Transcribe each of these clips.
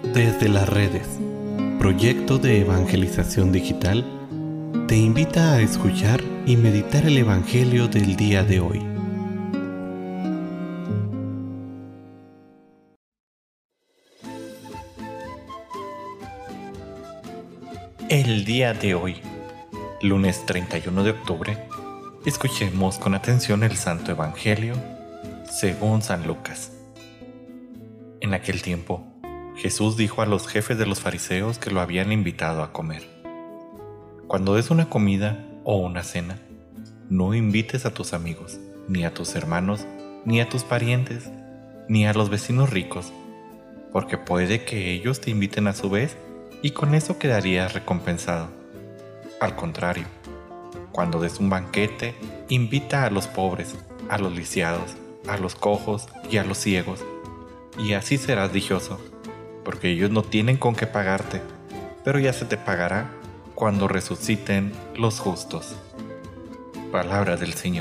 Desde las redes, proyecto de evangelización digital, te invita a escuchar y meditar el Evangelio del día de hoy. El día de hoy, lunes 31 de octubre, escuchemos con atención el Santo Evangelio según San Lucas. En aquel tiempo, Jesús dijo a los jefes de los fariseos que lo habían invitado a comer: cuando des una comida o una cena, no invites a tus amigos, ni a tus hermanos, ni a tus parientes, ni a los vecinos ricos, porque puede que ellos te inviten a su vez y con eso quedarías recompensado. Al contrario, cuando des un banquete, invita a los pobres, a los lisiados, a los cojos y a los ciegos, y así serás dichoso, porque ellos no tienen con qué pagarte, pero ya se te pagará cuando resuciten los justos. Palabra del Señor.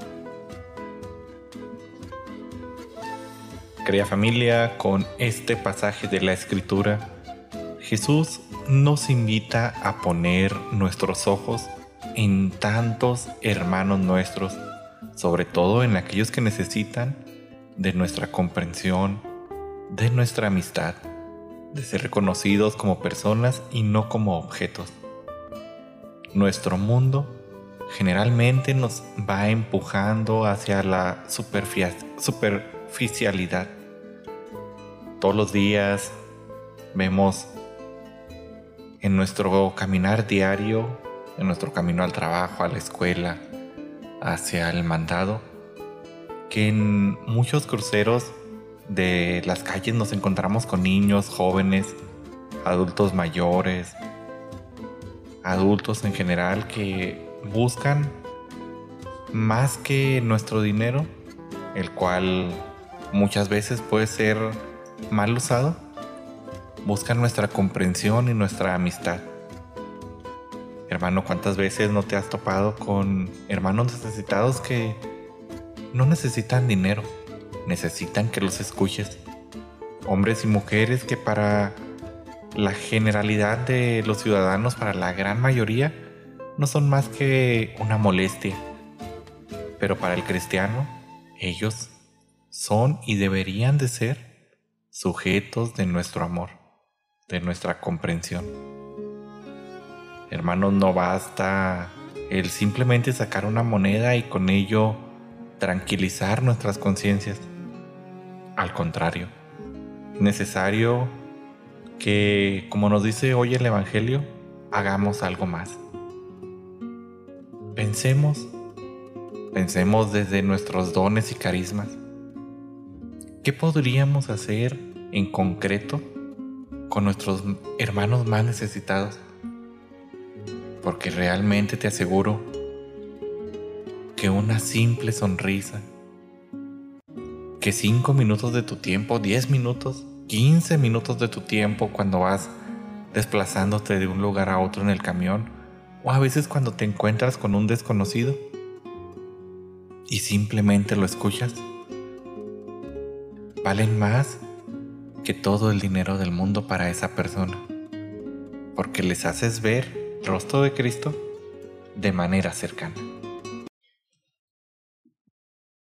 Querida familia, con este pasaje de la Escritura, Jesús nos invita a poner nuestros ojos en tantos hermanos nuestros, sobre todo en aquellos que necesitan de nuestra comprensión, de nuestra amistad, de ser reconocidos como personas y no como objetos. Nuestro mundo generalmente nos va empujando hacia la superficialidad. Todos los días vemos en nuestro caminar diario, en nuestro camino al trabajo, a la escuela, hacia el mandado, que en muchos cruceros de las calles nos encontramos con niños, jóvenes, adultos mayores, adultos en general que buscan más que nuestro dinero, el cual muchas veces puede ser mal usado. Buscan nuestra comprensión y nuestra amistad. Hermano, ¿cuántas veces no te has topado con hermanos necesitados que no necesitan dinero? Necesitan que los escuches. Hombres y mujeres que para la generalidad de los ciudadanos, para la gran mayoría, no son más que una molestia. Pero para el cristiano, ellos son y deberían de ser sujetos de nuestro amor, de nuestra comprensión. Hermanos, no basta el simplemente sacar una moneda y con ello tranquilizar nuestras conciencias. Al contrario, es necesario que, como nos dice hoy el Evangelio, hagamos algo más. Pensemos desde nuestros dones y carismas. ¿Qué podríamos hacer en concreto con nuestros hermanos más necesitados? Porque realmente te aseguro que una simple sonrisa, que 5 minutos de tu tiempo, 10 minutos, 15 minutos de tu tiempo cuando vas desplazándote de un lugar a otro en el camión, o a veces cuando te encuentras con un desconocido y simplemente lo escuchas, valen más que todo el dinero del mundo para esa persona, porque les haces ver el rostro de Cristo de manera cercana.